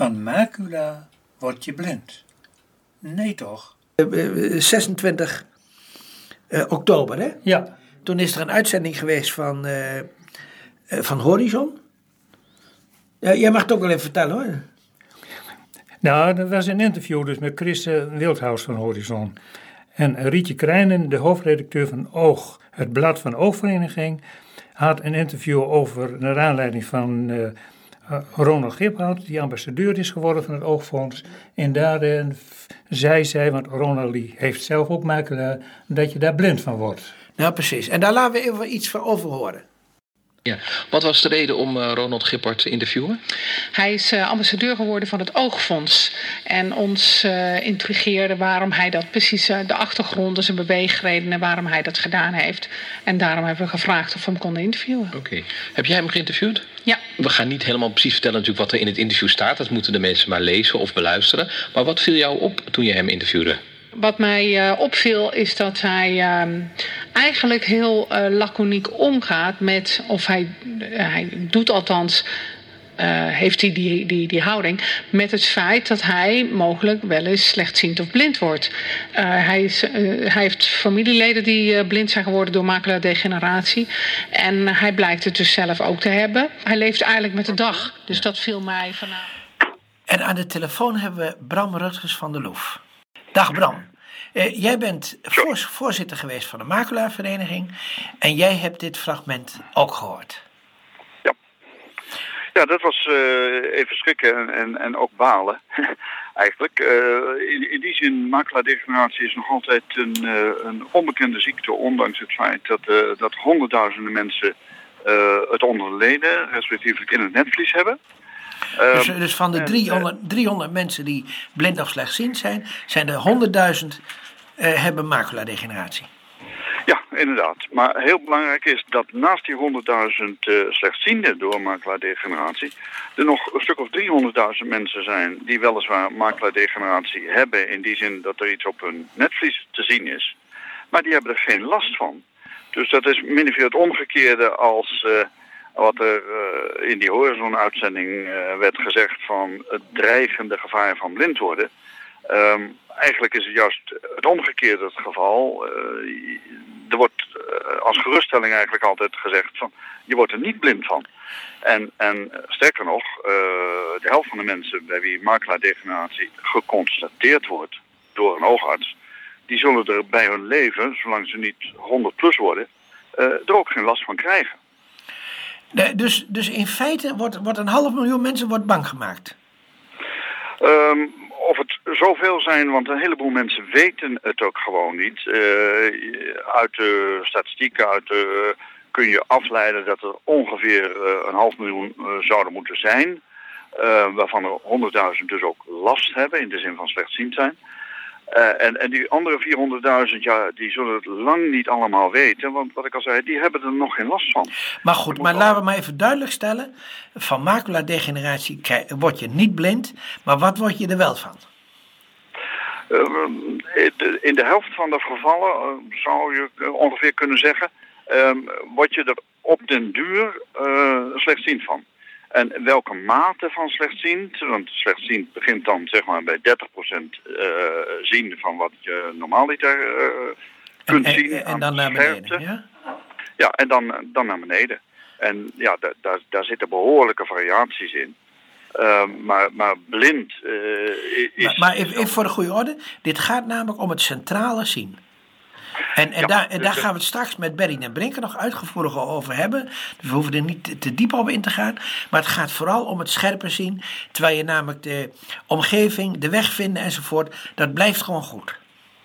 Van macula word je blind. Nee toch? 26 oktober, hè? Ja. Toen is er een uitzending geweest van Horizon. Ja, jij mag het ook wel even vertellen, hoor. Nou, dat was een interview dus met Chris Wildhaus van Horizon. En Rietje Krijnen, de hoofdredacteur van Oog, het blad van Oogvereniging, had een interview over, naar aanleiding van Ronald Giphout, die ambassadeur is geworden van het Oogfonds. En daarin zei zij, want Ronald heeft zelf ook macula, dat je daar blind van wordt. Nou, precies. En daar laten we even iets van over horen. Ja. Wat was de reden om Ronald Giphart te interviewen? Hij is ambassadeur geworden van het Oogfonds. En ons intrigeerde waarom hij dat precies, de achtergronden, zijn beweegredenen, waarom hij dat gedaan heeft. En daarom hebben we gevraagd of we hem konden interviewen. Oké. Heb jij hem geïnterviewd? Ja. We gaan niet helemaal precies vertellen natuurlijk wat er in het interview staat. Dat moeten de mensen maar lezen of beluisteren. Maar wat viel jou op toen je hem interviewde? Wat mij opviel is dat hij eigenlijk heel laconiek omgaat met, of hij doet althans, heeft hij die houding, met het feit dat hij mogelijk wel eens slechtziend of blind wordt. Hij heeft familieleden die blind zijn geworden door maculadegeneratie. En hij blijkt het dus zelf ook te hebben. Hij leeft eigenlijk met de dag, dus dat viel mij vanavond. En aan de telefoon hebben we Bram Rutgers van der Loef. Dag Bram. Jij bent voorzitter geweest van de Maculavereniging en jij hebt dit fragment ook gehoord. Ja, dat was even schrikken en ook balen, eigenlijk. In die zin, maculadegeneratie is nog altijd een onbekende ziekte, ondanks het feit dat honderdduizenden mensen het onder de leden, respectievelijk in het netvlies hebben. Dus van de 300 mensen die blind of slechtziend zijn er 100.000 hebben maculadegeneratie. Ja, inderdaad. Maar heel belangrijk is dat naast die 100.000 slechtzienden door maculadegeneratie er nog een stuk of 300.000 mensen zijn die weliswaar maculadegeneratie hebben, in die zin dat er iets op hun netvlies te zien is, maar die hebben er geen last van. Dus dat is min of meer het omgekeerde als wat er in die Horizon-uitzending werd gezegd van het dreigende gevaar van blind worden. Eigenlijk is het juist het omgekeerde het geval. Er wordt als geruststelling eigenlijk altijd gezegd van je wordt er niet blind van. En sterker nog, de helft van de mensen bij wie maculadegeneratie geconstateerd wordt door een oogarts, die zullen er bij hun leven, zolang ze niet 100 plus worden, er ook geen last van krijgen. Dus in feite wordt 500.000 mensen bang gemaakt? Of het zoveel zijn, want een heleboel mensen weten het ook gewoon niet. Uit de statistieken kun je afleiden dat er ongeveer 500.000 zouden moeten zijn. Waarvan er 100.000 dus ook last hebben, in de zin van slechtziend zijn. En die andere 400.000, ja, die zullen het lang niet allemaal weten. Want wat ik al zei, die hebben er nog geen last van. Maar goed, laten we maar even duidelijk stellen. Van maculadegeneratie word je niet blind, maar wat word je er wel van? In de helft van de gevallen zou je ongeveer kunnen zeggen, word je er op den duur slechtziend van. En welke mate van slechtziend, want slechtziend begint dan zeg maar bij 30% zien van wat je normaaliter kunt zien. En dan naar beneden, ja? Ja, en dan naar beneden. En ja, daar zitten behoorlijke variaties in. Maar blind is... Maar even voor de goede orde, dit gaat namelijk om het centrale zien. En daar gaan we het straks met Berry den Brinker nog uitgevoeriger over hebben. Dus we hoeven er niet te diep op in te gaan. Maar het gaat vooral om het scherpe zien. Terwijl je namelijk de omgeving, de weg vinden enzovoort, dat blijft gewoon goed.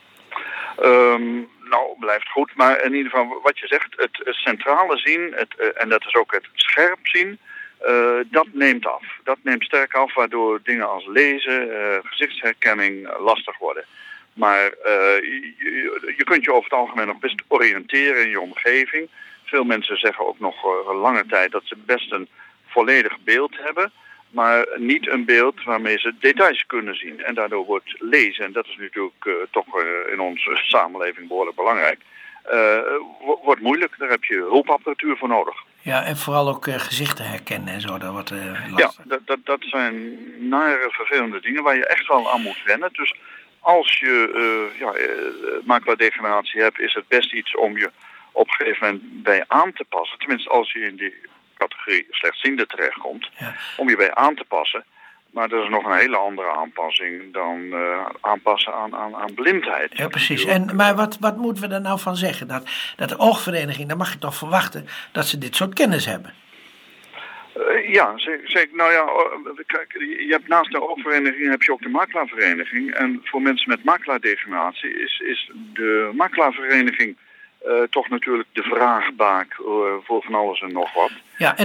Nou, blijft goed. Maar in ieder geval, wat je zegt, het centrale zien, en dat is ook het scherp zien, dat neemt af. Dat neemt sterk af, waardoor dingen als lezen, gezichtsherkenning lastig worden. Maar je kunt je over het algemeen nog best oriënteren in je omgeving. Veel mensen zeggen ook nog lange tijd dat ze best een volledig beeld hebben, maar niet een beeld waarmee ze details kunnen zien. En daardoor wordt lezen, en dat is natuurlijk toch in onze samenleving behoorlijk belangrijk, wordt moeilijk. Daar heb je hulpapparatuur voor nodig. Ja, en vooral ook gezichten herkennen en zo, dat wordt lastig. Ja, dat zijn nare, vervelende dingen waar je echt wel aan moet wennen. Dus als je makelaardegeneratie hebt, is het best iets om je op een gegeven moment bij aan te passen. Tenminste, als je in die categorie slechtziende terechtkomt, om je bij aan te passen. Maar dat is nog een hele andere aanpassing dan aanpassen aan blindheid. Ja, precies. Maar wat moeten we er nou van zeggen? Dat de oogvereniging, daar mag je toch verwachten dat ze dit soort kennis hebben? Ja, zeker. Nou ja, kijk, je hebt naast de oogvereniging heb je ook de makelaarvereniging. En voor mensen met makelaardegeneratie is de makelaarvereniging toch natuurlijk de vraagbaak voor van alles en nog wat. Ja,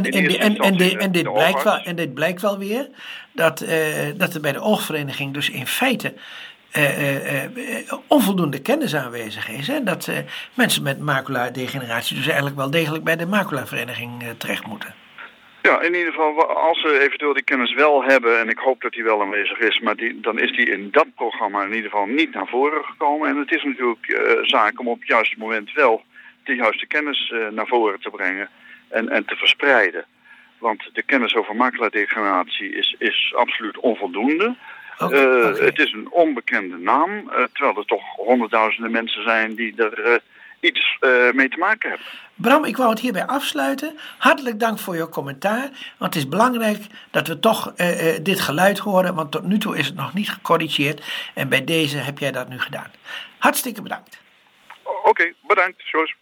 en dit blijkt wel weer dat er bij de oogvereniging dus in feite onvoldoende kennis aanwezig is. Hè? Dat mensen met maculadegeneratie dus eigenlijk wel degelijk bij de maculavereniging terecht moeten. Ja, in ieder geval, als ze eventueel die kennis wel hebben, en ik hoop dat die wel aanwezig is, maar dan is die in dat programma in ieder geval niet naar voren gekomen. En het is natuurlijk zaak om op het juiste moment wel de juiste kennis naar voren te brengen en te verspreiden. Want de kennis over makelaardegeneratie is absoluut onvoldoende. Okay. Het is een onbekende naam, terwijl er toch honderdduizenden mensen zijn die er iets mee te maken hebben. Bram, ik wou het hierbij afsluiten. Hartelijk dank voor je commentaar. Want het is belangrijk dat we toch dit geluid horen. Want tot nu toe is het nog niet gecorrigeerd. En bij deze heb jij dat nu gedaan. Hartstikke bedankt. Oké, bedankt, Jos.